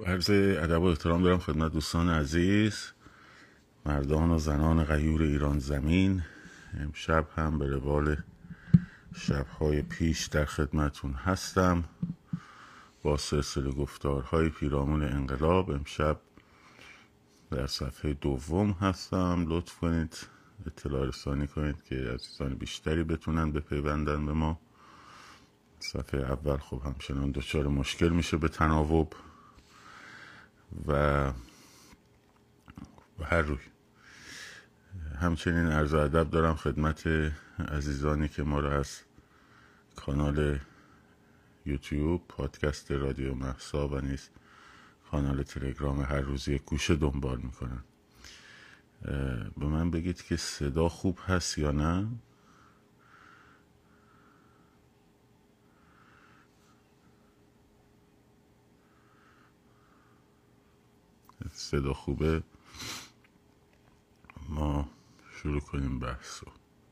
عرض ادب و احترام دارم خدمت دوستان عزیز، مردان و زنان غیور ایران زمین. امشب هم به روال شبهای پیش در خدمتون هستم با سلسله گفتارهای پیرامون انقلاب. امشب در صفحه دوم هستم. لطف کنید اطلاع رسانی کنید که عزیزان بیشتری بتونن بپیوندن به ما. صفحه اول خب همچنان دچار مشکل میشه به تناوب و هر روی. همچنین عرض ادب دارم خدمت عزیزانی که ما را از کانال یوتیوب پادکست رادیو مهسا و نیز کانال تلگرام هر روزی گوشه دنبال میکنن. به من بگید که صدا خوب هست یا نه. صدا خوبه، ما شروع کنیم بحثو.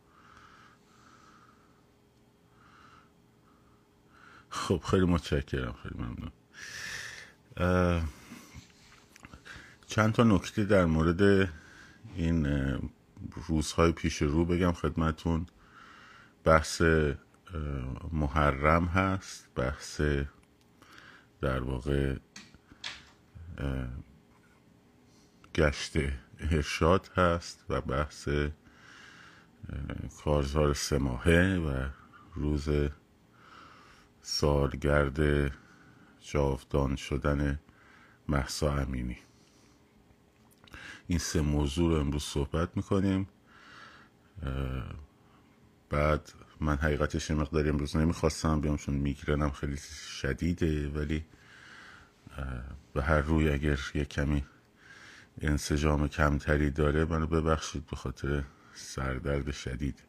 خب خیلی متشکرم، خیلی ممنون. چند تا نکته در مورد این روزهای پیش رو بگم خدمتون. بحث محرم هست، بحث در واقع گشت ارشاد هست و بحث کارزار 3 ماهه و روز سالگرد جاودان شدن مهسا امینی. این 3 موضوع رو امروز صحبت میکنیم. بعد من حقیقتش مقداری امروز نمیخواستم بیام چون میگرنم خیلی شدیده، ولی به هر روی اگر یک کمی انسجام کمتری داره منو ببخشید به خاطر سردرد شدید.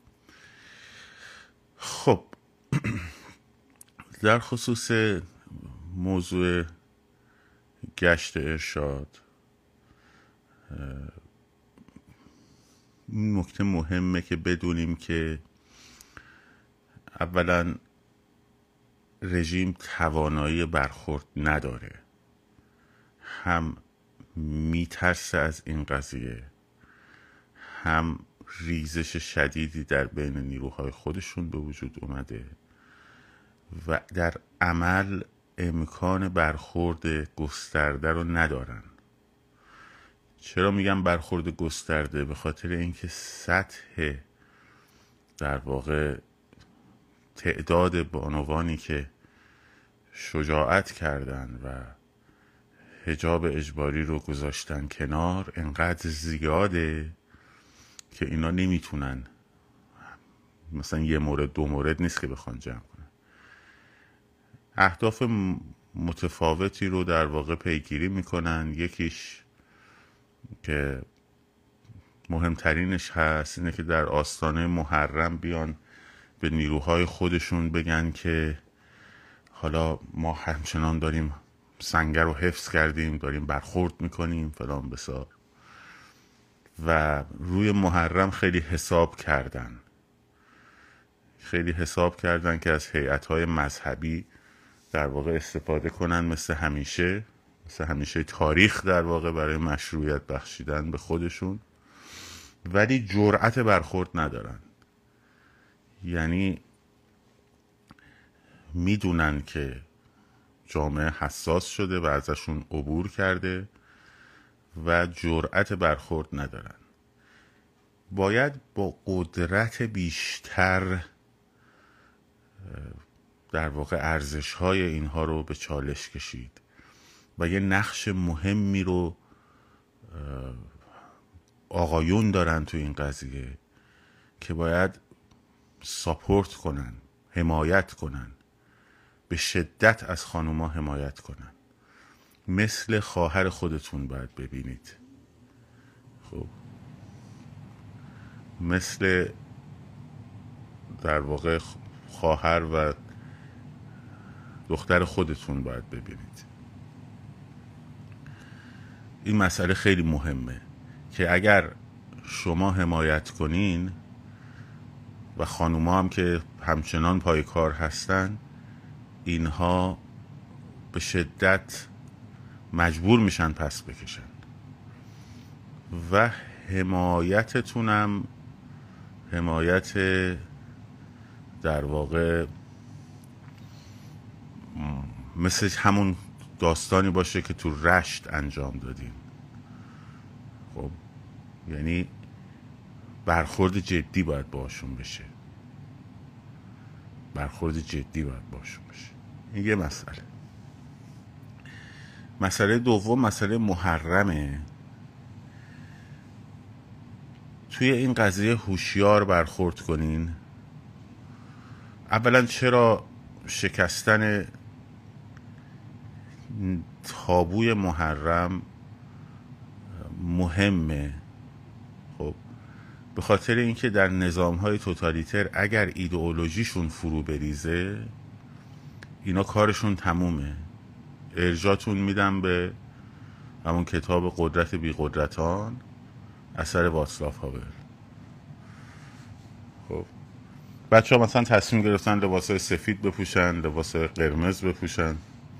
خب در خصوص موضوع گشت ارشاد، این نکته مهمه که بدونیم که اولا رژیم توانایی برخورد نداره، هم میترسه از این قضیه، هم ریزش شدیدی در بین نیروهای خودشون به وجود اومده و در عمل امکان برخورد گسترده رو ندارن. چرا میگم برخورد گسترده؟ به خاطر اینکه سطح در واقع تعداد بانوانی که شجاعت کردن و حجاب اجباری رو گذاشتن کنار انقدر زیاده که اینا نمیتونن، مثلا 1 مورد 2 مورد نیست که بخوان جمع کنن. اهداف متفاوتی رو در واقع پیگیری میکنن. یکیش که مهمترینش هست اینه که در آستانه محرم بیان به نیروهای خودشون بگن که حالا ما همچنان داریم سنگر رو حفظ کردیم، داریم برخورد میکنیم فلان بسار. و روی محرم خیلی حساب کردن که از هیئت‌های مذهبی در واقع استفاده کنن مثل همیشه تاریخ در واقع برای مشروعیت بخشیدن به خودشون، ولی جرأت برخورد ندارن. یعنی میدونن که جامعه حساس شده و ازشون عبور کرده و جرأت برخورد ندارن. باید با قدرت بیشتر در واقع ارزش‌های اینها رو به چالش کشید و یه نقش مهمی رو آقایون دارن تو این قضیه که باید ساپورت کنن، حمایت کنن، به شدت از خانوما حمایت کنن. مثل خواهر خودتون باید ببینید. خب مثل در واقع خواهر و دختر خودتون باید ببینید. این مسئله خیلی مهمه که اگر شما حمایت کنین و خانوما هم که همچنان پای کار هستن، اینها به شدت مجبور میشن پس بکشن و حمایتتونم حمایت در واقع مثل همون داستانی باشه که تو رشت انجام دادیم. خب یعنی برخورد جدی باید باشون بشه، برخورد جدی باید باشون بشه. این یه مسئله. مسئله دوم مسئله محرمه. توی این قضیه هوشیار برخورد کنین. اولا چرا شکستن تابوی محرم مهمه؟ خب به خاطر اینکه در نظام‌های توتالیتر اگر ایدئولوژیشون فرو بریزه اینا کارشون تمومه. ارجاتون میدم به همون کتاب قدرت بی قدرتان اثر واتسلاو هاول. خب بچه ها مثلا تصمیم گرفتن لباسای سفید بپوشن، لباسای قرمز بپوشن.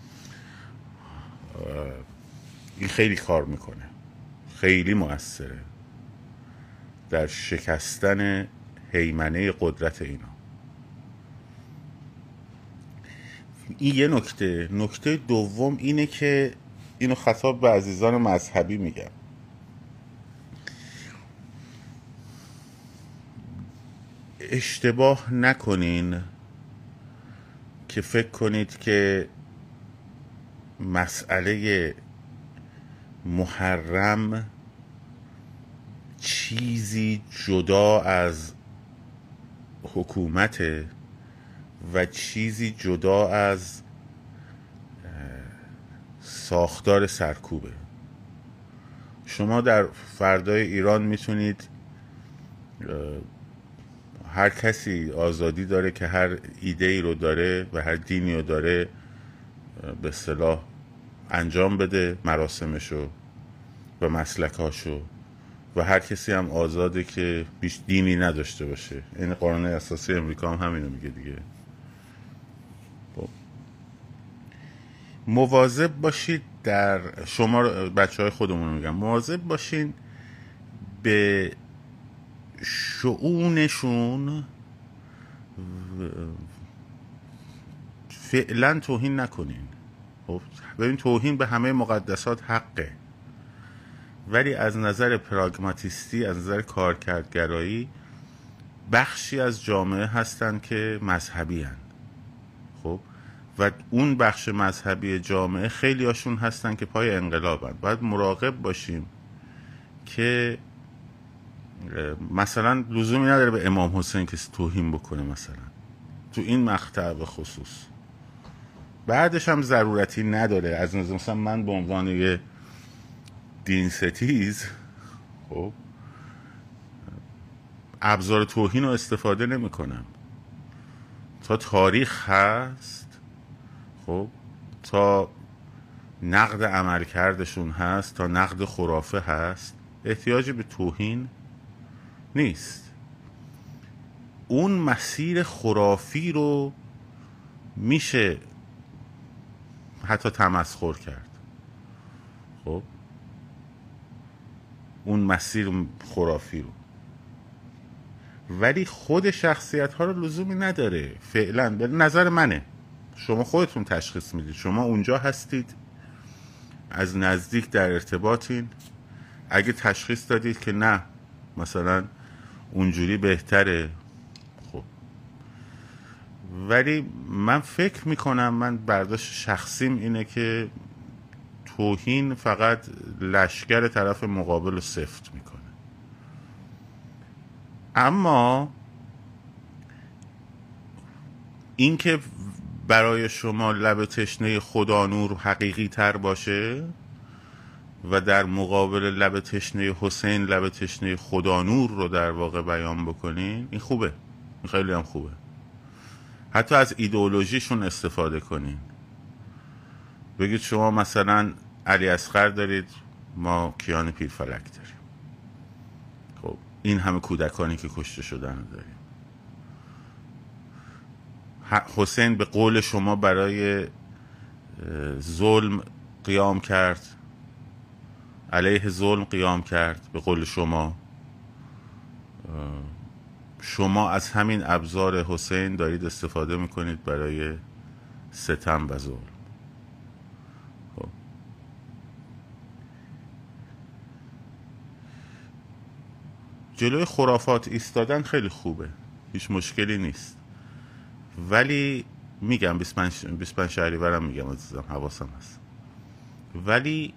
این خیلی کار میکنه، خیلی مؤثره در شکستن هیمنه قدرت اینا. این یه نکته. نکته دوم اینه که اینو خطاب به عزیزان مذهبی میگم، اشتباه نکنین که فکر کنید که مسئله محرم چیزی جدا از حکومت و چیزی جدا از ساختار سرکوبه. شما در فردای ایران میتونید، هر کسی آزادی داره که هر ایده ای رو داره و هر دینی رو داره به اصطلاح انجام بده، مراسمشو و مسلکاشو، و هر کسی هم آزاده که بیش دینی نداشته باشه. این قانون اساسی امریکا هم همینو میگه دیگه. مواظب باشید، در شما بچه های خودمون رو میگم، مواظب باشین به شؤونشون فعلا توهین نکنین. خب ببین، توهین به همه مقدسات حقه، ولی از نظر پراگماتیستی، از نظر کارکردگرایی، بخشی از جامعه هستن که مذهبی هن. خب و اون بخش مذهبی جامعه خیلی هاشون هستن که پای انقلابن. باید مراقب باشیم که مثلا لزومی نداره به امام حسین کسی توهین بکنه، مثلا تو این مقطع به خصوص. بعدش هم ضرورتی نداره. از نظر مثلا من به عنوان یه دین ستیز خب ابزار توهین رو استفاده نمی کنم. تا تاریخ هست، خب تا نقد عملکردشون هست، تا نقد خرافه هست، احتیاجی به توهین نیست. اون مسیر خرافی رو میشه حتی تمسخر کرد. خب اون مسیر خرافی رو، ولی خود شخصیت ها رو لزومی نداره فعلا. به نظر منه، شما خودتون تشخیص میدید. شما اونجا هستید، از نزدیک در ارتباطین. اگه تشخیص دادید که نه مثلا اونجوری بهتره، خب. ولی من فکر میکنم، من برداشت شخصیم اینه که توهین فقط لشکر طرف مقابل رو سفت میکنه. اما اینکه برای شما لب تشنه خدا نور حقیقی تر باشه و در مقابل لب تشنه حسین لب تشنه خدا نور رو در واقع بیان بکنین، این خوبه، این خیلی هم خوبه. حتی از ایدئولوژیشون استفاده کنین. بگید شما مثلا علی اصغر دارید، ما کیان پیرفلک داریم. خب این همه کودکانی که کشته شدن داریم. حسین به قول شما برای ظلم قیام کرد، علیه ظلم قیام کرد. به قول شما، شما از همین ابزار حسین دارید استفاده میکنید برای ستم و ظلم. خب. جلوی خرافات ایستادن خیلی خوبه، هیچ مشکلی نیست، ولی میگم 25 شهریورم میگم عزیزم، حواسم هست. ولی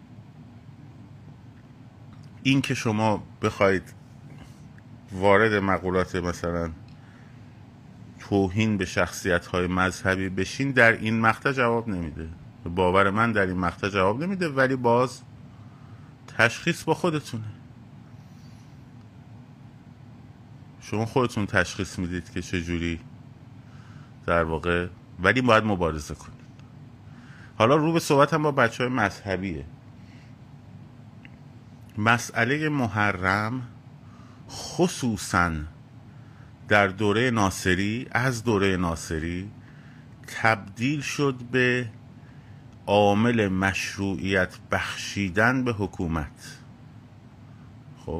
این که شما بخواید وارد مقولات مثلا توهین به شخصیت‌های مذهبی بشین، در این مقطع جواب نمیده. باور من در این مقطع جواب نمیده، ولی باز تشخیص با خودتونه. شما خودتون تشخیص میدید که چجوری در واقع، ولی باید مبارزه کنید. حالا رو به صحبتم با بچه‌های مذهبیه. مسئله محرم خصوصاً در دوره ناصری، از دوره ناصری تبدیل شد به عامل مشروعیت بخشیدن به حکومت. خب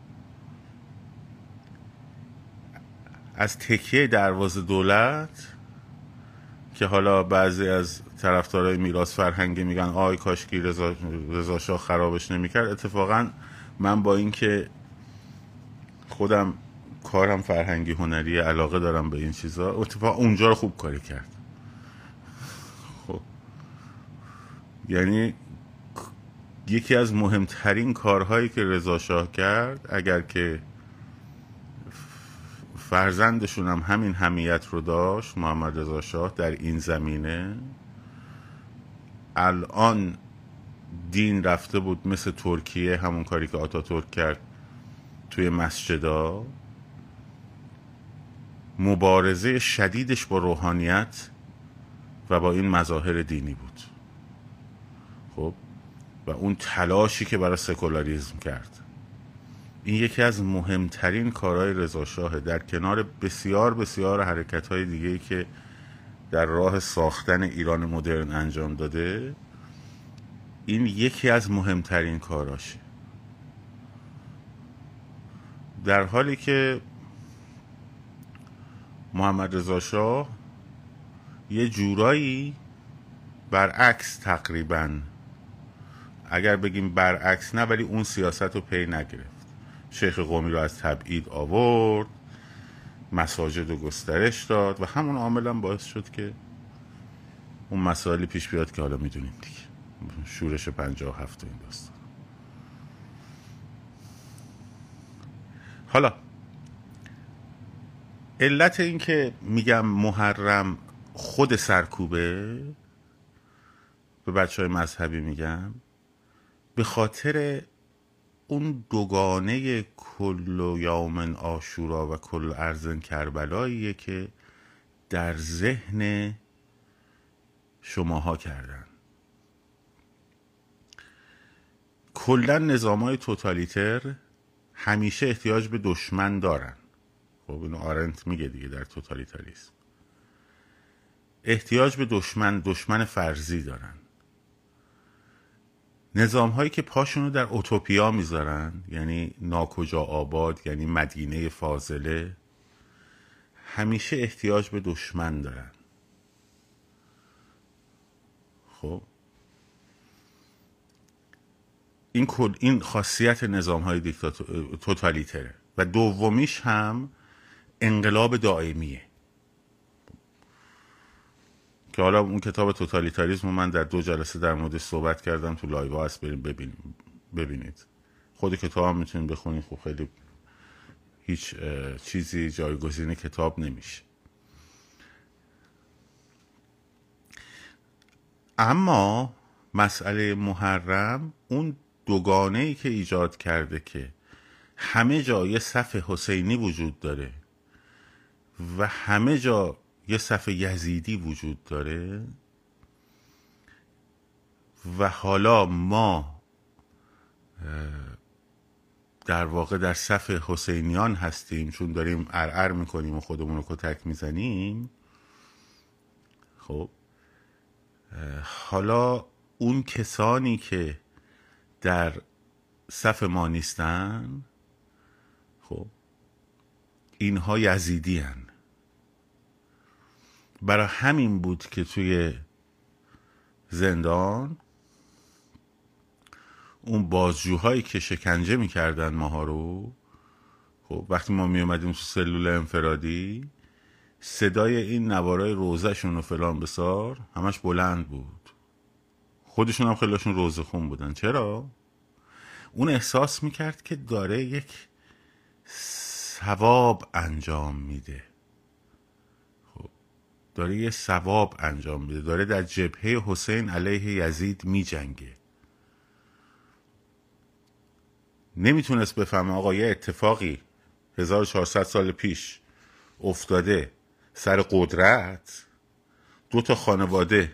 از تکیه دروازه دولت که حالا بعضی از طرفدارای میراث فرهنگی میگن آی کاشکی رضا شاه خرابش نمیکرد. اتفاقا من با اینکه خودم کارم فرهنگی هنری، علاقه دارم به این چیزا، اتفاقا اونجا رو خوب کاری کرد. خب یعنی یکی از مهمترین کارهایی که رضا شاه کرد، اگر که فرزندشون هم همین حمیت رو داشت، محمد رضا شاه، در این زمینه الان دین رفته بود مثل ترکیه، همون کاری که آتاتورک کرد توی مسجدا. مبارزه شدیدش با روحانیت و با این مظاهر دینی بود. خب و اون تلاشی که برای سکولاریسم کرد، این یکی از مهمترین کارهای رضا شاه، در کنار بسیار بسیار حرکت‌های دیگه‌ای که در راه ساختن ایران مدرن انجام داده. این یکی از مهمترین کاراشه، در حالی که محمد رضا شاه یه جورایی برعکس، تقریبا اگر بگیم برعکس نه، ولی اون سیاست رو پی نگرفت. شیخ قومی رو از تبعید آورد، مساجد رو گسترش داد و همون عامل هم باعث شد که اون مسائلی پیش بیاد که حالا میدونیم دیگه، شورش 57 این داستان. حالا علت این که میگم محرم خود سرکوبه، به بچه های مذهبی میگم، به خاطر اون دوگانه کل یوم عاشورا و کل ارض کربلاییه که در ذهن شماها کردن. کلا نظام‌های توتالیتر همیشه احتیاج به دشمن دارن. خب اینو آرنت میگه دیگه، در توتالیتاریسم احتیاج به دشمن فرضی دارن. نظام هایی که پاشونو در اوتوپیا میذارن، یعنی ناکجا آباد، یعنی مدینه فاضله، همیشه احتیاج به دشمن دارن. خب این خاصیت نظام های توتالیتره. و دومیش هم انقلاب دائمیه که حالا اون کتاب توتالیتاریسم من در 2 جلسه در موردش صحبت کردم، تو لایو هست، بریم ببینید. خود کتاب هم میتونید بخونید. خب خیلی هیچ چیزی جایگزین کتاب نمیشه. اما مسئله محرم اون دوگانه‌ای که ایجاد کرده که همه جا یه صف حسینی وجود داره و همه جا یه صف یزیدی وجود داره، و حالا ما در واقع در صف حسینیان هستیم چون داریم ارعر میکنیم و خودمون رو کتک میزنیم. خب حالا اون کسانی که در صف ما نیستن، خب اینها یزیدی هن. برای همین بود که توی زندان اون بازجوهایی که شکنجه میکردن ماها رو، خب وقتی ما میومدیم تو سلول انفرادی، صدای این نوارای روزهشون و فلان بسار همش بلند بود. خودشون هم خیلیشون روزه خون بودن. چرا؟ اون احساس میکرد که داره یک ثواب انجام میده، داره یه ثواب انجام میده، داره در جبهه حسین علیه یزید میجنگه. نمیتونست بفهمه آقا یه اتفاقی 1400 سال پیش افتاده سر قدرت، 2 تا خانواده،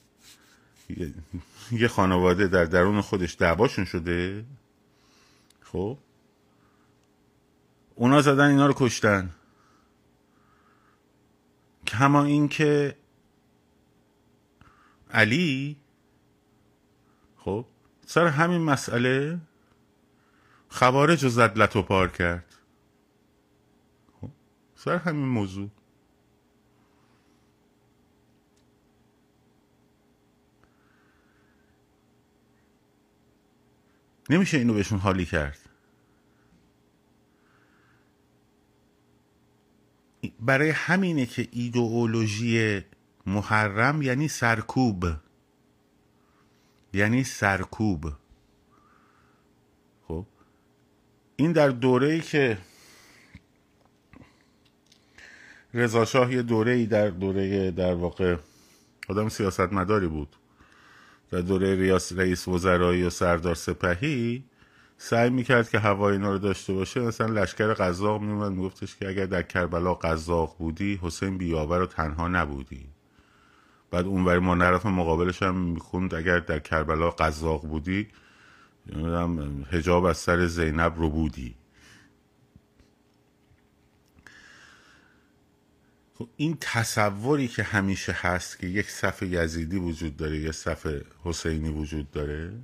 یه خانواده در درون خودش دعواشون شده، خب اونا زدن اینا رو کشتن. کما این که علی خب سر همین مسئله خوارج رو زد لت و پار کرد، خب سر همین موضوع. نمیشه اینو بهشون حالی کرد. برای همینه که ایدئولوژی محرم یعنی سرکوب، یعنی سرکوب. خب این در دوره‌ای که رضا شاه یه دوره‌ای در واقع آدم سیاستمداری بود، در دوره رئیس وزرایی و سردار سپهی سعی میکرد که هوای اینا رو داشته باشه. مثلا لشکر قزاق میومد میگفتش که اگر در کربلا قزاق بودی حسین بیاور و تنها نبودی. بعد اونور ما طرف مقابلش هم میخوند اگر در کربلا قزاق بودی حجاب از سر زینب رو بودی. خب این تصوری که همیشه هست که یک صف یزیدی وجود داره، یک صف حسینی وجود داره،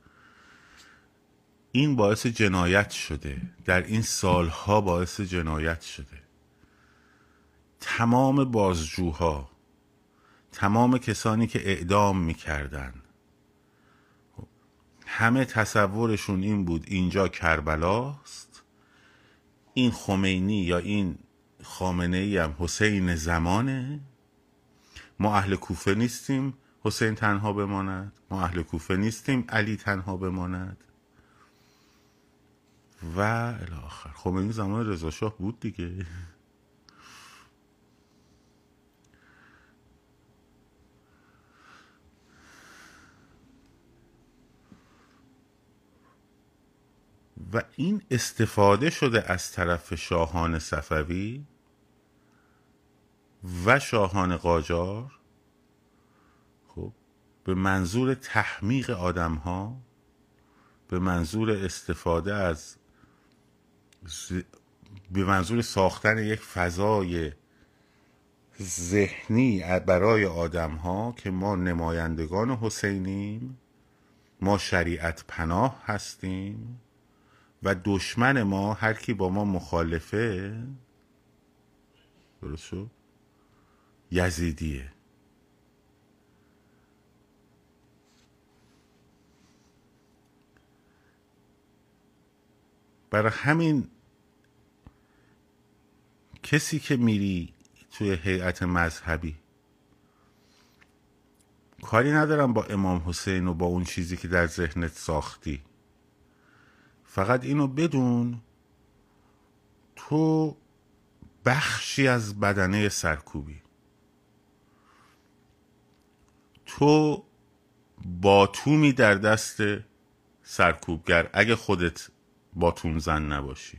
این باعث جنایت شده، در این سالها باعث جنایت شده. تمام بازجوها، تمام کسانی که اعدام میکردن، همه تصورشون این بود اینجا کربلاست، این خمینی یا این خامنه ای هم حسین زمانه، ما اهل کوفه نیستیم حسین تنها بماند، ما اهل کوفه نیستیم علی تنها بماند و الی آخر. خمینی زمان رضا شاه بود دیگه. و این استفاده شده از طرف شاهان صفوی و شاهان قاجار، خب به منظور تحمیق آدم ها، به منظور استفاده از به منظور ساختن یک فضای ذهنی برای آدم ها که ما نمایندگان حسینیم، ما شریعت پناه هستیم و دشمن ما هر کی با ما مخالفه، درست شد، یزیدیه. برای همین کسی که میری توی هیئت مذهبی، کاری ندارم با امام حسین و با اون چیزی که در ذهنت ساختی، فقط اینو بدون تو بخشی از بدنه سرکوبی، تو باتومی در دست سرکوبگر اگه خودت باتوم زن نباشی،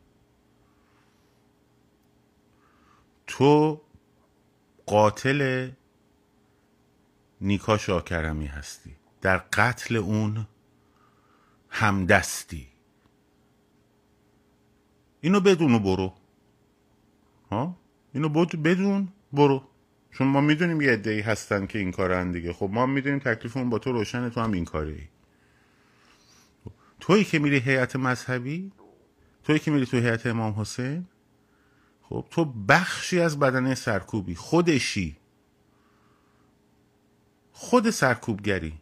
تو قاتل نیکا شاکرمی هستی، در قتل اون همدستی. اینو بدون و برو، ها اینو بدون برو، چون ما میدونیم یه عده‌ای هستن که این کارن دیگه. خب ما میدونیم تکلیفمون با تو روشنه، تو هم این کاری. تویی که میری هیئت مذهبی، تویی که میری تو هیئت امام حسین، خب تو بخشی از بدنه سرکوبی، خودشی، خود سرکوبگری.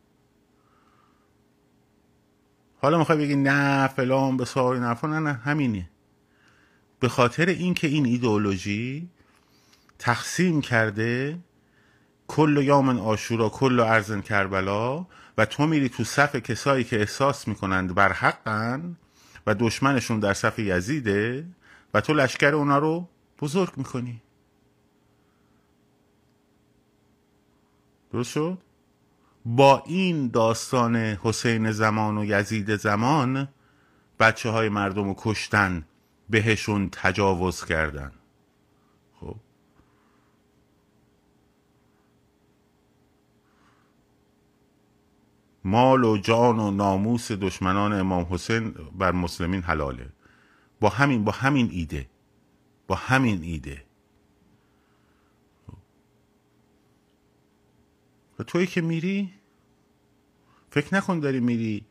حالا میخوای بگی نه فلان بسار این حرفا، نه همینه. به خاطر اینکه این ایدئولوژی تقسیم کرده کل یوم عاشورا کل ارض کربلا، و تو میری تو صف کسایی که احساس میکنند بر حقن و دشمنشون در صف یزیده و تو لشکر اونا رو بزرگ میکنی. درست شد؟ با این داستان حسین زمان و یزید زمان بچه های مردم رو کشتن، بهشون تجاوز کردن. خب مال و جان و ناموس دشمنان امام حسین بر مسلمین حلاله. با همین ایده. و تویی که میری فکر نکن داری میری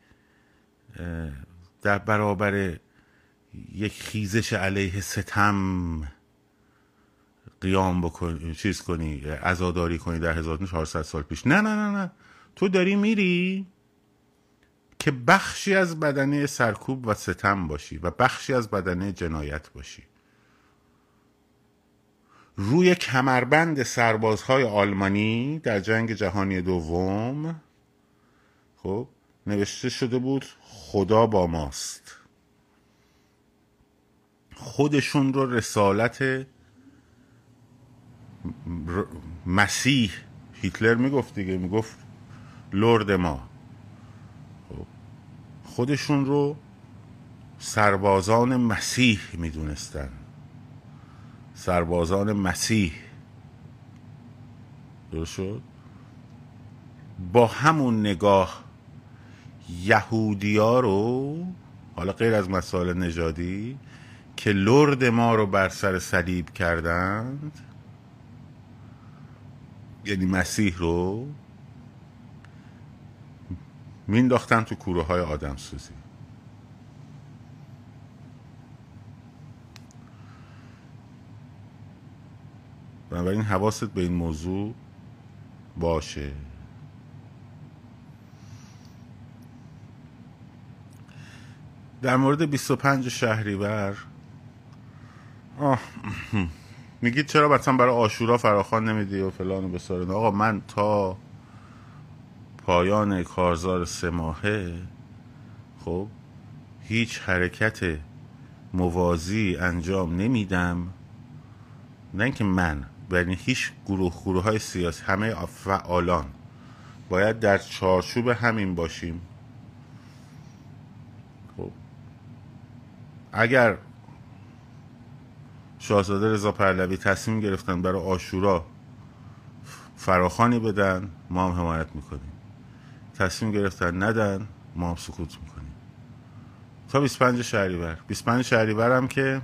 در برابر یک خیزش علیه ستم قیام بکنی، چیز کنی، عزاداری کنی در 1400 سال پیش. نه تو داری میری که بخشی از بدنه سرکوب و ستم باشی و بخشی از بدنه جنایت باشی. روی کمربند سربازهای آلمانی در جنگ جهانی دوم خب نوشته شده بود خدا با ماست. خودشون رو رسالت مسیح، هیتلر میگفت دیگه، میگفت لرد ما، خودشون رو سربازان مسیح میدونستن. سربازان مسیح. درست شد؟ با همون نگاه یهودیا رو، حالا غیر از مسائل نژادی، که لرد ما رو بر سر صلیب کردند، یعنی مسیح رو مینداختن تو کوره های آدم سوزی. بنابراین حواست به این موضوع باشه. در مورد 25 شهریور میگید چرا مثلا برای عاشورا فراخوان نمیدی و فلان و بسارن. آقا من تا پایان کارزار 3 ماهه خب هیچ حرکت موازی انجام نمیدم. نه اینکه من، یعنی هیچ گروه های سیاسی، همه فعالان باید در چارچوب همین باشیم. خب اگر شاهزاده رضا پهلوی تصمیم گرفتن برای عاشورا فراخوانی بدن، ما هم حمایت میکنیم. تصمیم گرفتن ندن، ما هم سکوت میکنیم تا 25 شهریور. 25 شهریور هم که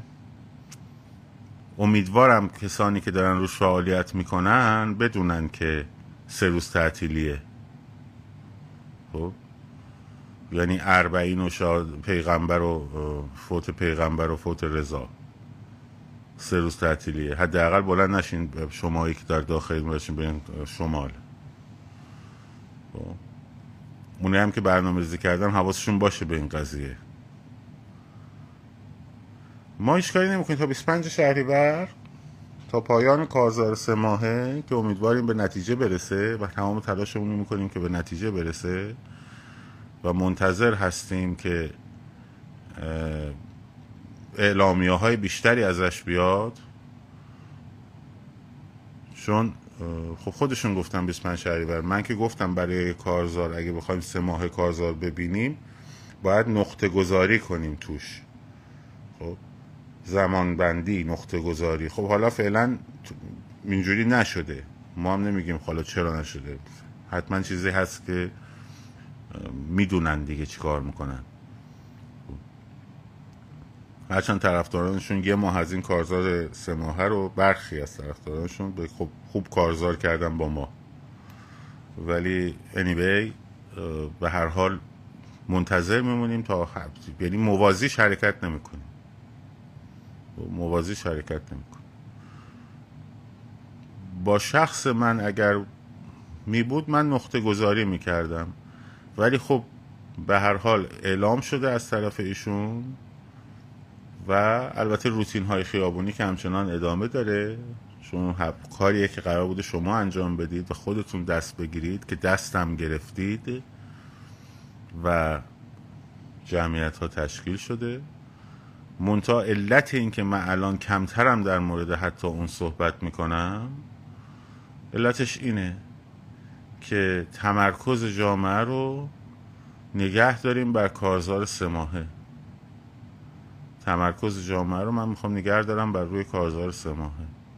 امیدوارم کسانی که دارن روش فعالیت میکنن بدونن که 3 روز تعطیلیه. خب یعنی اربعین و پیغمبر و فوت پیغمبر و فوت رضا 3 روز تعطیلیه. حداقل بلند نشین شمایی که در داخل باشین برین شمال. خب اونایی هم که برنامه‌ریزی کردن حواسشون باشه به این قضیه. ما هیچ کاری نمی‌کنیم تا 25 شهریور، تا پایان کارزار 3 ماهه که امیدواریم به نتیجه برسه و تمام تلاشمون رو می‌کنیم که به نتیجه برسه و منتظر هستیم که اعلامیه‌های بیشتری ازش بیاد. چون خب خودشون گفتن 25 شهریور. من که گفتم برای کارزار اگه بخوایم 3 ماه کارزار ببینیم باید نقطه گذاری کنیم توش. خب زمان بندی، نقطه گذاری. خب حالا فعلا اینجوری نشده، ما هم نمیگیم حالا چرا نشده، حتما چیزی هست که میدونن دیگه چی کار میکنن. هرچند طرفدارانشون یه ماه از این کارزار 3 ماهه رو، برخی از طرفدارانشون خب خوب کارزار کردن با ما، ولی anyway به هر حال منتظر میمونیم تا یعنی موازیش حرکت نمیکنیم، موازیش حرکت نمیکنیم. با شخص من اگر می بود من نقطه گذاری میکردم، ولی خب به هر حال اعلام شده از طرف ایشون و البته روتین های خیابونی که همچنان ادامه داره، چون کاریه که قرار بوده شما انجام بدید و خودتون دست بگیرید که دستم گرفتید و جمعیت ها تشکیل شده. منتها علت این که من الان کمترم در مورد حتی اون صحبت میکنم، علتش اینه که تمرکز جامعه رو نگه داریم بر کارزار 3 ماهه. تمرکز جامعه رو من میخوام نگه دارم بر روی کارزار 3 ماهه،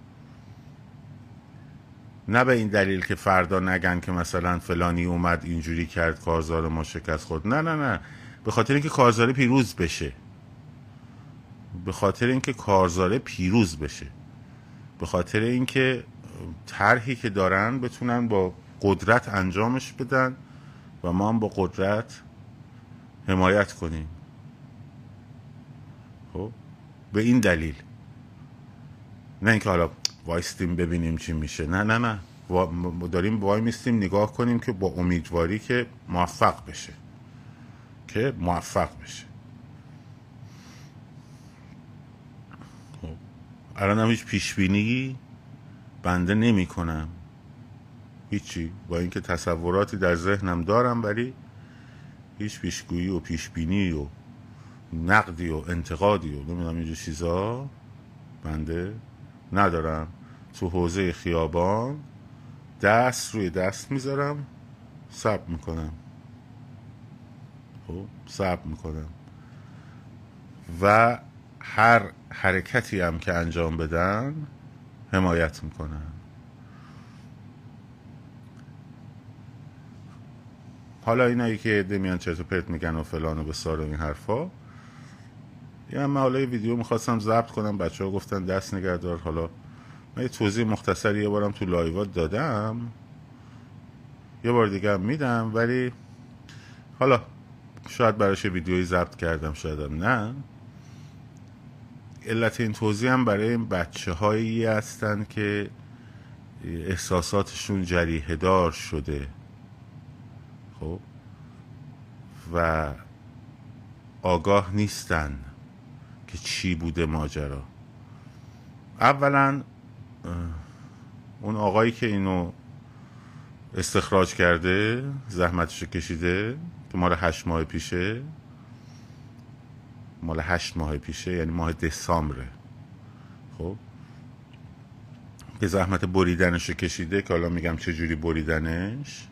نه به این دلیل که فردا نگن که مثلا فلانی اومد اینجوری کرد کارزار ما شکست خورد. نه نه نه، به خاطر اینکه کارزار پیروز بشه، به خاطر اینکه کارزار پیروز بشه، به خاطر اینکه طرحی که دارن بتونن با قدرت انجامش بدن و ما هم با قدرت حمایت کنیم. خب به این دلیل، نه اینکه حالا وایستیم ببینیم چی میشه، نه نه نه، داریم وای میستیم نگاه کنیم که با امیدواری که موفق بشه، که موفق بشه. خب الان هم هیچ پیشبینی بنده نمی کنم، هیچی، با اینکه تصوراتی در ذهنم دارم ولی هیچ پیشگویی و پیشبینی و نقدی و انتقادی و نمیدونم اینجور چیزا بنده ندارم. تو حوزه خیابان دست روی دست میذارم، صبر میکنم، خب صبر میکنم و هر حرکتی هم که انجام بدن حمایت میکنم. حالا اینایی که دمیان چرت و پرت میگن و فلان و بسار و این حرفا، یه من حالا یه ویدیو میخواستم ضبط کنم، بچه ها گفتن دست نگهدار. حالا من یه توضیح مختصری یه بارم تو لایوات دادم، یه بار دیگه هم میدم، ولی حالا شاید براش ویدیویی ضبط کردم، شایدم نه. علت این توضیح هم برای این بچه هایی هستن که احساساتشون جریحه دار شده، خب، و آگاه نیستن که چی بوده ماجرا. اولا اون آقایی که اینو استخراج کرده، زحمتشو کشیده، که مال 8 ماه پیشه، مال 8 ماه پیشه، یعنی ماه دسامبره، خب، که زحمت بریدنشو کشیده، که حالا میگم چه جوری بریدنش.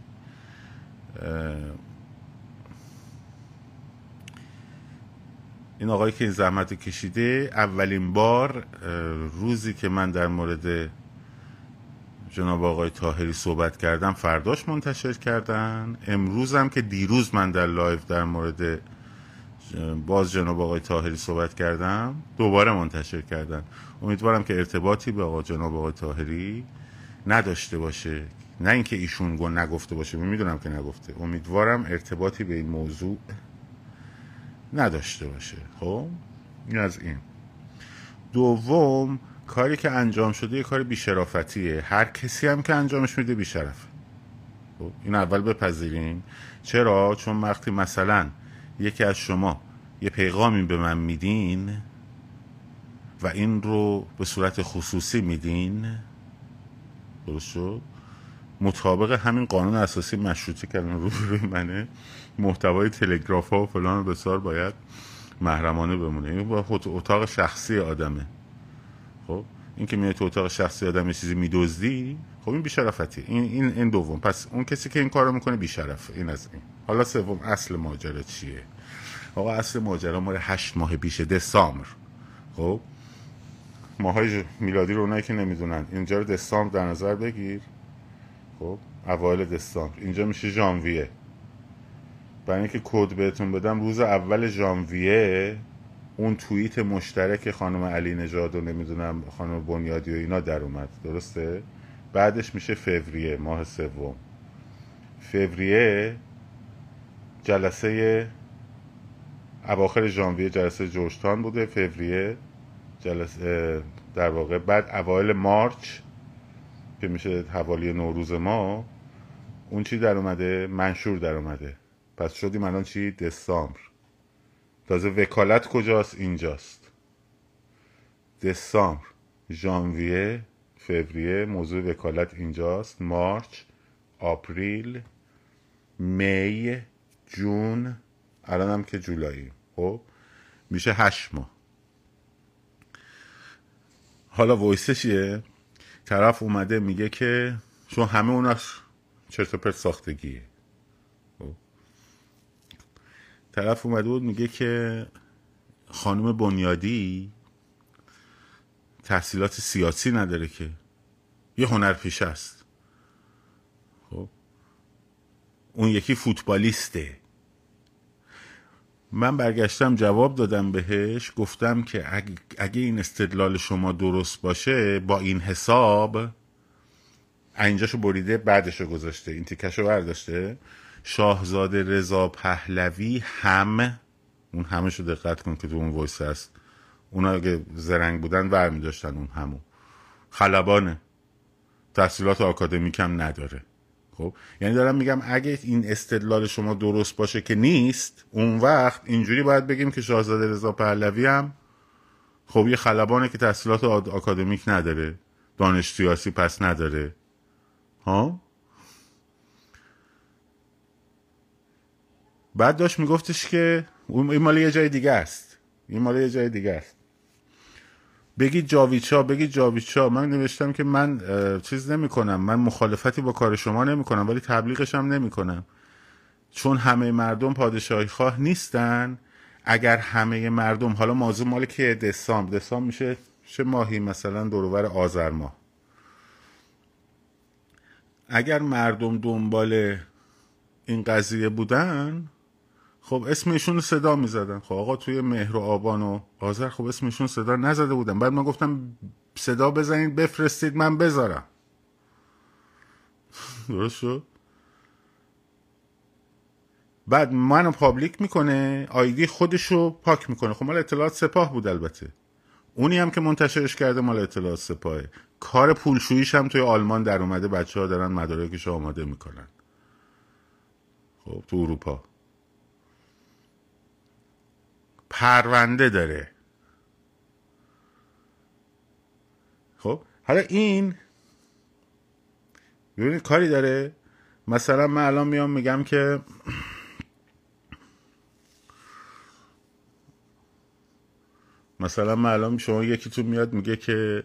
این آقایی که این زحمت کشیده، اولین بار روزی که من در مورد جناب آقای طاهری صحبت کردم فرداش منتشر کردن. امروزم که دیروز من در لایو در مورد باز جناب آقای طاهری صحبت کردم دوباره منتشر کردن. امیدوارم که ارتباطی به آقا جناب آقای طاهری نداشته باشه، نه اینکه ایشون نگفته باشه، میدونم که نگفته، امیدوارم ارتباطی به این موضوع نداشته باشه. خب این از این. دوم، کاری که انجام شده یه کار بی‌شرافتیه، هر کسی هم که انجامش میده بی‌شرفه. خب این اول بپذیریم. چرا؟ چون وقتی مثلا یکی از شما یه پیغامی به من میدین و این رو به صورت خصوصی میدین، درست شد، مطابق همین قانون اساسی مشروطه که الان روی منه، محتوای تلگراف ها و فلان و بسار باید محرمانه بمونه. این با اتاق شخصی آدمه. خب این که میای تو اتاق شخصی آدم یه چیزی میدزدی، خب این بی‌شرفتی. این دوم. پس اون کسی که این کارو میکنه بی‌شرفه. این از این. حالا سوم، اصل ماجرا چیه؟ آقا اصل ماجرا مال 8 ماه پیش، دسامبر. خب ماهای میلادی رو اونایی که نمیدونن، اینجا رو دسامبر در نظر بگیر. خب اوایل دسامبر، اینجا میشه ژانویه. برای اینکه کد بهتون بدم، روز اول ژانویه اون توییت مشترک خانم علی نژاد و نمیدونم خانم بنیادی و اینا در اومد، درسته؟ بعدش میشه فوریه، ماه سوم. فوریه جلسه اواخر ژانویه جلسه جورجتاون بوده، فوریه جلسه در واقع بعد اوایل مارچ که میشه حوالی نوروز ما، اون چی در اومده؟ منشور در اومده. پس شدیم الان چی؟ دسامبر. تازه وکالت کجاست؟ اینجاست. دسامبر، ژانویه، فوریه موضوع وکالت اینجاست. مارچ، آپریل، می، جون، الان هم که جولایی. خب میشه 8 ماه. حالا وایسشیه طرف اومده میگه که چون همه اوناش چرت و پرت ساختگیه. طرف اومده بود میگه که خانم بنیادی تحصیلات سیاسی نداره، که یه هنرپیشه است. خب اون یکی فوتبالیسته. من برگشتم جواب دادم بهش، گفتم که اگه این استدلال شما درست باشه، با این حساب اینجاشو بریده بعدشو گذاشته، این تیکشو برداشته، شاهزاده رضا پهلوی هم، اون همشو دقت کن که تو اون وایس هست، اونا اگه زرنگ بودن برمی داشتن، اون همون خلبانه، تحصیلات آکادمیک هم نداره. خب یعنی دارم میگم اگه این استدلال شما درست باشه که نیست، اون وقت اینجوری باید بگیم که شاهزاده رضا پهلوی هم خب یه خلبانه که تحصیلات آکادمیک نداره، دانش سیاسی پس نداره. ها بعد داشت میگفتش که این مال یه جای دیگه است، این مال یه جای دیگه است. بگید جاویدشاه، بگید جاویدشاه. من نوشتم که من چیز نمی کنم، من مخالفتی با کار شما نمی کنم، ولی تبلیغش هم نمی کنم، چون همه مردم پادشاهی خواه نیستن. اگر همه مردم، حالا موضوع مال که دسامبر میشه چه ماهی؟ مثلا دورور آذر ماه. اگر مردم دنبال این قضیه بودن، خب اسمشون رو صدا میزدن. خب آقا توی مهر و آبان و آذر خب اسمشون صدا نزده بودن. بعد من گفتم صدا بزنید بفرستید من بذارم. درست شد؟ بعد منو پابلیک میکنه، آیدی خودشو پاک میکنه. خب مال اطلاعات سپاه بود البته، اونی هم که منتشرش کرده مال اطلاعات سپاهه. کار پولشوییش هم توی آلمان در اومده، بچه ها دارن مدارکش آماده میکنن. خب تو اروپا پرونده داره. خب حالا این ببینید کاری داره. مثلا من الان میام میگم که مثلا من الان شما یکی تو میاد میگه که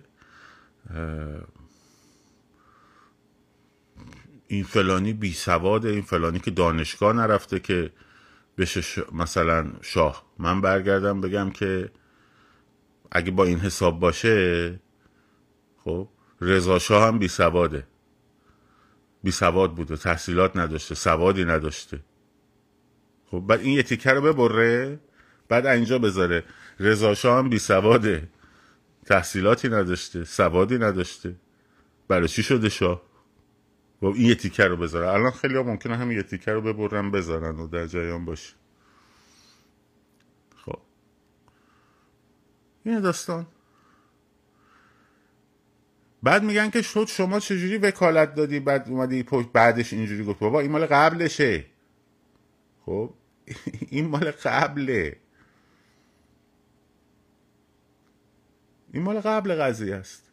این فلانی بی سواده، این فلانی که دانشگاه نرفته که بشه مثلا شاه. من برگردم بگم که اگه با این حساب باشه، خب رضا شاه هم بی سواده، بی سواد بوده، تحصیلات نداشته، سوادی نداشته. خب بعد این یه تیکه رو ببره، بعد اینجا بذاره رضا شاه هم بی سواده، تحصیلاتی نداشته، سوادی نداشته، برای چی شده شاه؟ و این یه تیکه رو بذاره. الان خیلی ها ممکنه هم یه تیکه رو ببرن بذارن و در جریان باشه. خب این داستان. بعد میگن که شما چجوری وکالت دادی، بعد اومدی بعدش اینجوری گفت بابا این مال قبلشه. خب این مال قبله، این مال قبل قضیه است.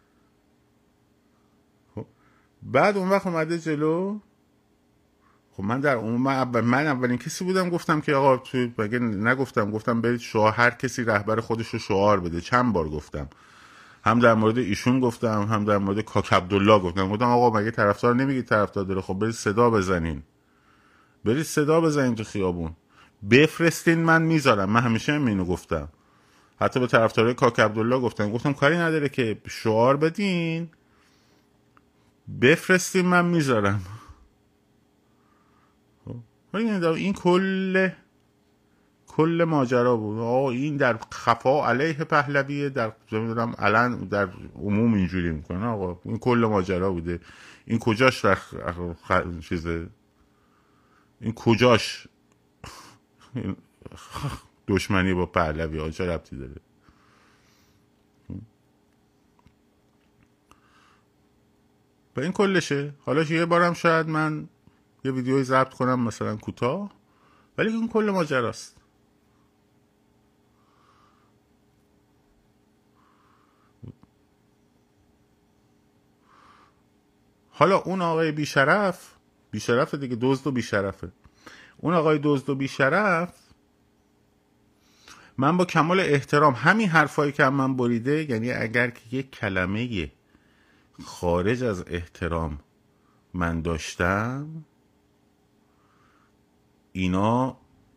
خب بعد اون وقت اومده جلو. خب من در من اولین کسی بودم گفتم که آقا تو مگه نگفتم، گفتم برید شعار، هر کسی رهبر خودش رو شعار بده. چند بار گفتم، هم در مورد ایشون گفتم، هم در مورد کاک عبدالله گفتم آقا مگه طرفدار نمیگید طرفدار داره؟ خب برید صدا بزنین، برید صدا بزنین تو خیابون، بفرستین من میذارم. من همیشه اینو گفتم، حتی به طرفدارای کاک عبدالله گفتم کاری نداره که شعار بدین، بفرستین من میذارم. این کل ماجرا بود این در خفا علیه پهلویه، در نمیدونم علن در عموم اینجوری میکنه. آقا این کل ماجرا بوده. این کجاش چیزه؟ این کجاش دشمنی با پهلوی چه ربطی داره؟ به این کلشه. حالا یه بارم شاید من یه ویدیوی ضبط کنم مثلا کوتاه، ولی این کل ماجراست. حالا اون آقای بیشرف دیگه، دزد و بیشرفه. اون آقای دزد و بیشرف، من با کمال احترام همین حرفایی که من بریده، یعنی اگر که یک کلمه خارج از احترام من داشتم، اینا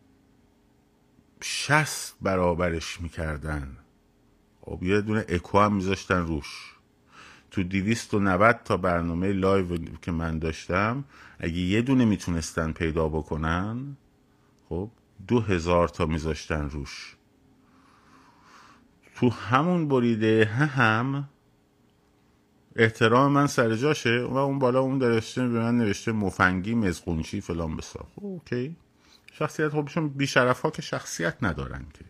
60 برابرش میکردن. یه دونه اکو هم میذاشتن روش. تو 290 تا برنامه لایو که من داشتم، اگه یه دونه میتونستن پیدا بکنن، خب 2000 تا میذاشتن روش. تو همون بریده هم احترام من سر جاشه و اون بالا اون درشته به من نوشته مفنگی مزقونچی فلان بسار. اوکی، شخصیت خودشون بیشرف ها که شخصیت ندارن که.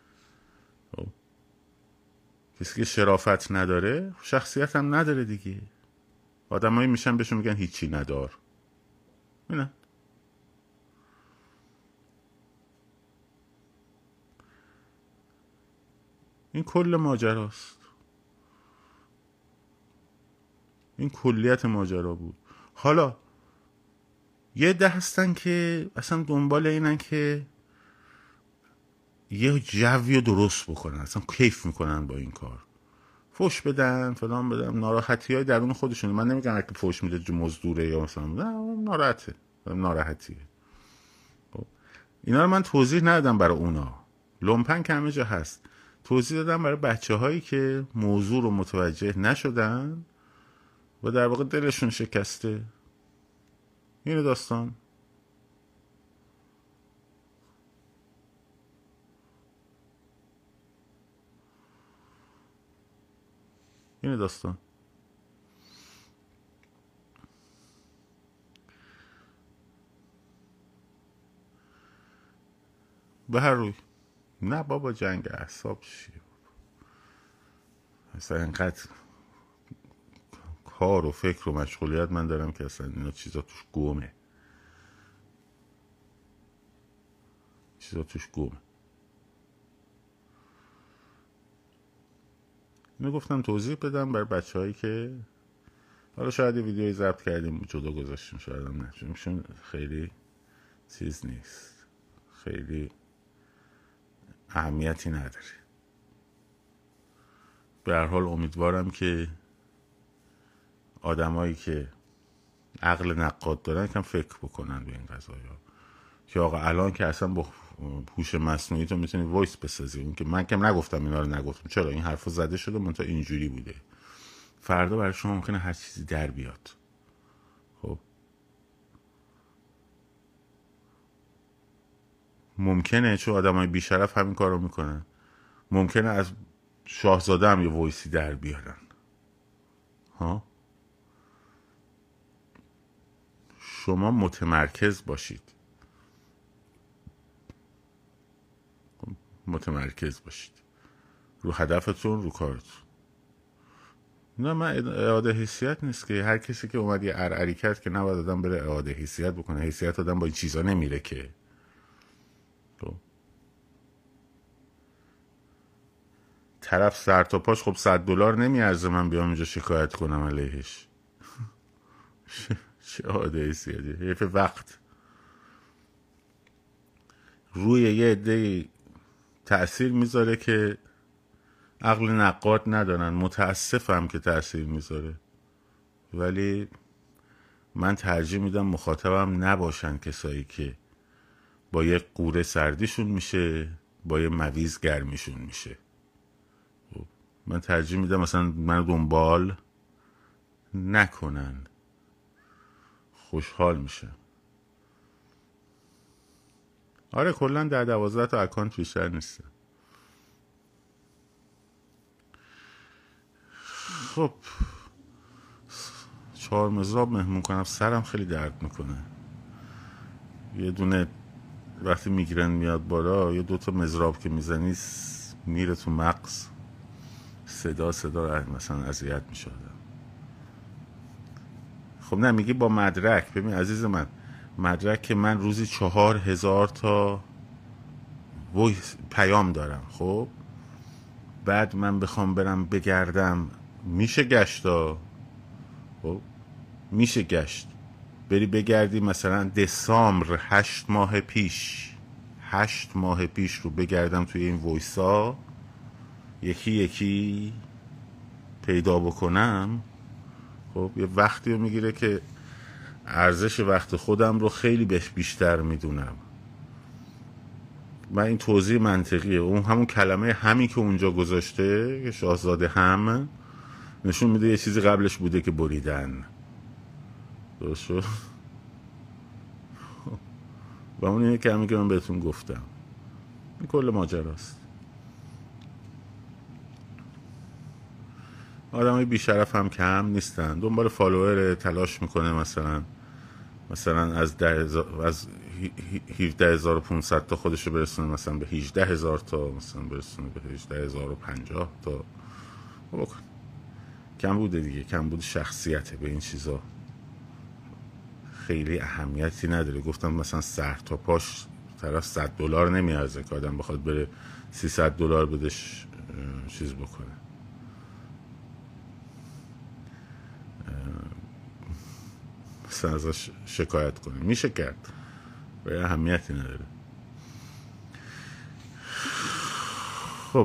کسی که شرافت نداره شخصیت هم نداره دیگه. آدمایی میشن بهشون میگن هیچی ندار. نه، این کل ماجراست. این کلیت ماجرا بود. حالا یه ده هستن که اصلا دنبال اینن که یه جوی رو درست بکنن، اصلا کیف میکنن با این کار، فوش بدن فلان بدن، ناراحتی های درون خودشون. من نمیگم اگه فوش میده مزدوره یا مثلا ناراحته، ناراحتیه. اینا رو من توضیح ندادم برای اونا، لومپن که همه جا هست. توضیح دادم برای بچه هایی که موضوع رو متوجه نشدن و در واقع دلشون شکسته. اینه داستان. اینه داستان. به هر روی نه بابا، جنگ اعصاب چیه اصلا؟ اینقدر کار و فکر و مشغولیت من دارم که اصلا اینا چیزا توش گمه. اینو گفتم توضیح بدم برای بچه هایی که حالا شاید یه ویدیوی ضبط کردیم جدا گذاشتیم، شاید هم نه، چون خیلی چیز نیست، خیلی اهمیتی نداره. به هر حال امیدوارم که آدمایی که عقل نقاد دارن کم فکر بکنن به این قضايا، که آقا الان که اصلا با هوش مصنوعی تو میتونی وایس بسازی. اون که من کم نگفتم اینا رو نگفتم، چرا این حرفو زده شده منتها اینجوری بوده. فردا برای شما ممکنه هر چیزی در بیاد. خب ممکنه چون آدمای بیشرف همین کارو میکنن، ممکنه از شاهزاده هم یه وایسی در بیارن. ها، شما متمرکز باشید، رو هدفتون، رو کارتون. نه، من اعاده حیثیت نیست که هر کسی که اومد یه ارعری کرد که نباید آدم بره اعاده حیثیت بکنه. حیثیت آدم با این چیزا نمیره که. طرف سر تا پاش خب $100 نمیارزه من بیام اینجا شکایت کنم علیهش. چه اعاده حیثیتی؟ حیف وقت. روی یه عده تأثیر میذاره که عقل نقاد ندارن. متاسفم که تأثیر میذاره، ولی من ترجیح میدم مخاطبم نباشن کسایی که با یه قوره سردیشون میشه، با یه مویز گرمیشون میشه. من ترجیح میدم مثلا من دنبال نکنن، خوشحال میشه. آره کلا 10-12 تا اکانت بیشتر نیست. خب 4 مضراب مهمون کنم، سرم خیلی درد میکنه. یه دونه وقتی میگرن میاد بالا، یه 2 تا مضراب که میزنی میره تو مغز، صدا مثلا اذیت میشه. خب نه میگی با مدرک. ببین عزیز من، مدرک که من روزی 4000 تا وایس پیام دارم. خب بعد من بخوام برم بگردم، میشه گشتا. خب میشه گشت، بری بگردی مثلا دسامبر 8 ماه پیش رو بگردم توی این وایسا، یکی یکی پیدا بکنم. خب یه وقتی رو میگیره که ارزش وقت خودم رو خیلی بیشتر میدونم. من این توضیح منطقیه. اون همون کلمه همی که اونجا گذاشته که شاهزاده هم نشون میده یه چیزی قبلش بوده که بریدن. درست شد؟ و اون اینه که همین که من بهتون گفتم، این کل ماجراست. آدم های بیشرف هم کم نیستن، دنبال فالوور تلاش میکنه مثلا از 17,500 تا خودش رو برسونه مثلا به 18,000 تا، مثلا برسونه به 18,050 تا. بکن کم بوده دیگه، کم بود شخصیته. به این چیزا خیلی اهمیتی نداره. گفتم مثلا سر تا پاش طرف $100 نمیارزه که آدم بخواد بره $300 بدش چیز بکنه، مثلا ازش شکایت کنه. میشه کرد، به اهمیتی نداره. خب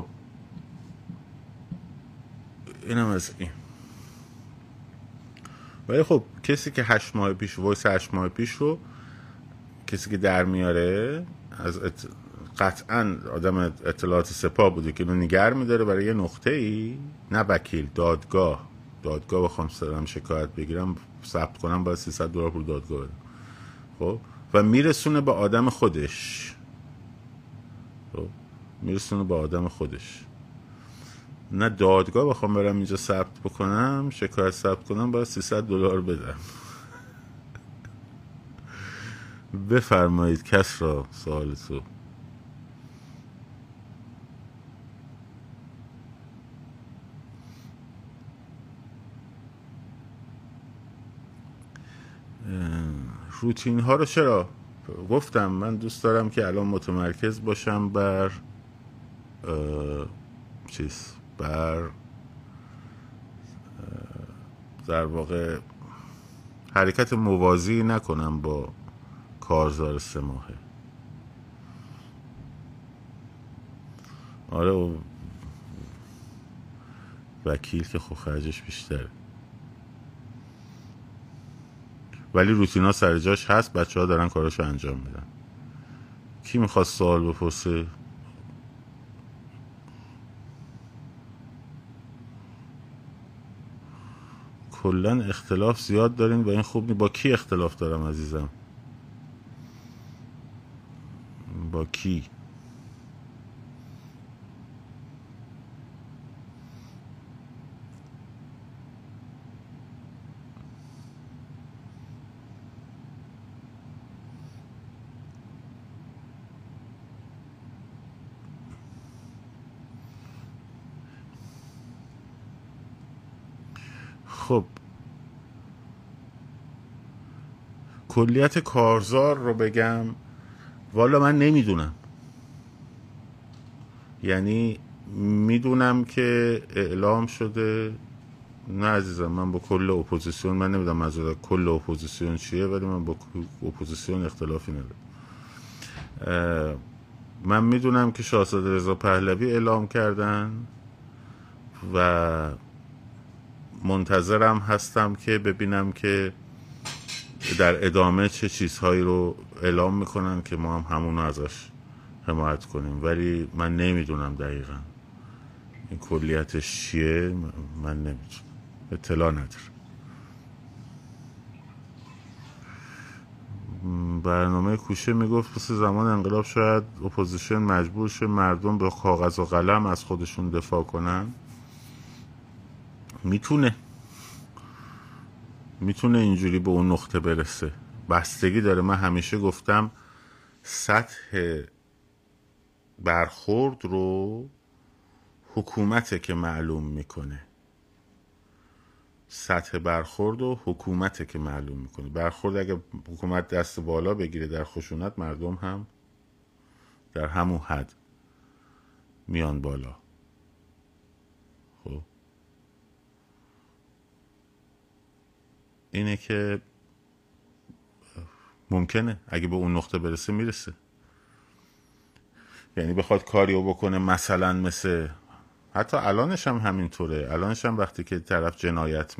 اینم از این. ولی خب کسی که 8 ماه پیش وایس 8 ماه پیش رو کسی که در میاره از قطعا آدم اطلاعات سپاه بوده که اینو نگر میداره برای یه نقطه ای، نه وکیل، دادگاه بخوام سرم شکایت بگیرم ثبت کنم باید $300 پول دادگاه بدم. خب و میرسونه به آدم خودش. خب میرسونه به آدم خودش، نه دادگاه بخوام برم اینجا ثبت بکنم، شکایت ثبت کنم باید $300 بدم. بفرمایید کس را سوال تو. روتین ها رو چرا گفتم؟ من دوست دارم که الان متمرکز باشم بر بر در واقع حرکت موازی نکنم با کارزار 3 ماهه. آره و وکیل که خب خرجش بیشتره، ولی روتینا سر جاش هست، بچه ها دارن کاراشو انجام میدن. کی میخواد سوال بپرسه؟ کلا اختلاف زیاد دارین و این خوب با کی اختلاف دارم عزیزم؟ با کی؟ خب کلیت کارزار رو بگم، والا من نمیدونم. یعنی میدونم که اعلام شده. نه عزیزم، من با کل اپوزیسیون، من نمیدونم منظور کل اپوزیسیون چیه، ولی من با اپوزیسیون اختلافی ندارم. من میدونم که شاهزاده رضا پهلوی اعلام کردن و منتظرم هستم که ببینم که در ادامه چه چیزهایی رو اعلام میکنن که ما هم همونو ازش حمایت کنیم. ولی من نمیدونم دقیقا این کلیتش چیه، من نمیدونم، اطلاع ندارم. برنامه کوشه میگفت مثل زمان انقلاب شاید اپوزیشن مجبور شه مردم به کاغذ و قلم از خودشون دفاع کنن. میتونه اینجوری به اون نقطه برسه، بستگی داره. من همیشه گفتم سطح برخورد رو حکومته که معلوم میکنه. سطح برخورد و حکومته که معلوم میکنه. برخورد اگه حکومت دست بالا بگیره در خشونت، مردم هم در همون حد میان بالا. خب اینه که ممکنه اگه به اون نقطه برسه میرسه. یعنی بخواد کاریو بکنه مثلا مثل حتی الانش هم همینطوره. الانش هم وقتی که طرف جنایت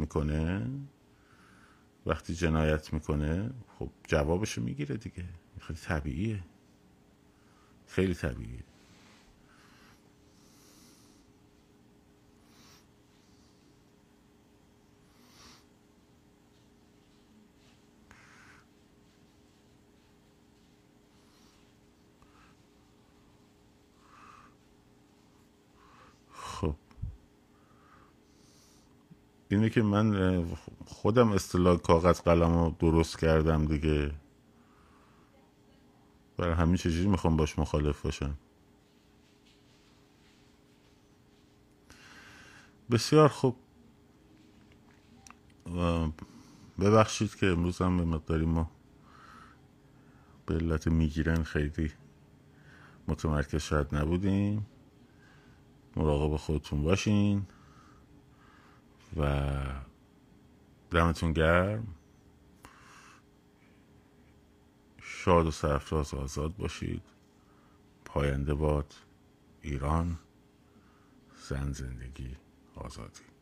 میکنه خب جوابشو میگیره دیگه. خیلی طبیعیه، خیلی طبیعیه. خب اینه که من خودم اصطلاح کاغذ قلم رو درست کردم دیگه. برای همین چجوری میخوام باش مخالف باشم؟ بسیار خوب. ببخشید که امروز هم به مقداری ما به علت میگیرن خیلی متمرکز شاید نبودیم. مراقب خودتون باشین و دمتون گرم. شاد و سرفراز آزاد باشید. پاینده باد ایران، زن، زندگی، آزادی.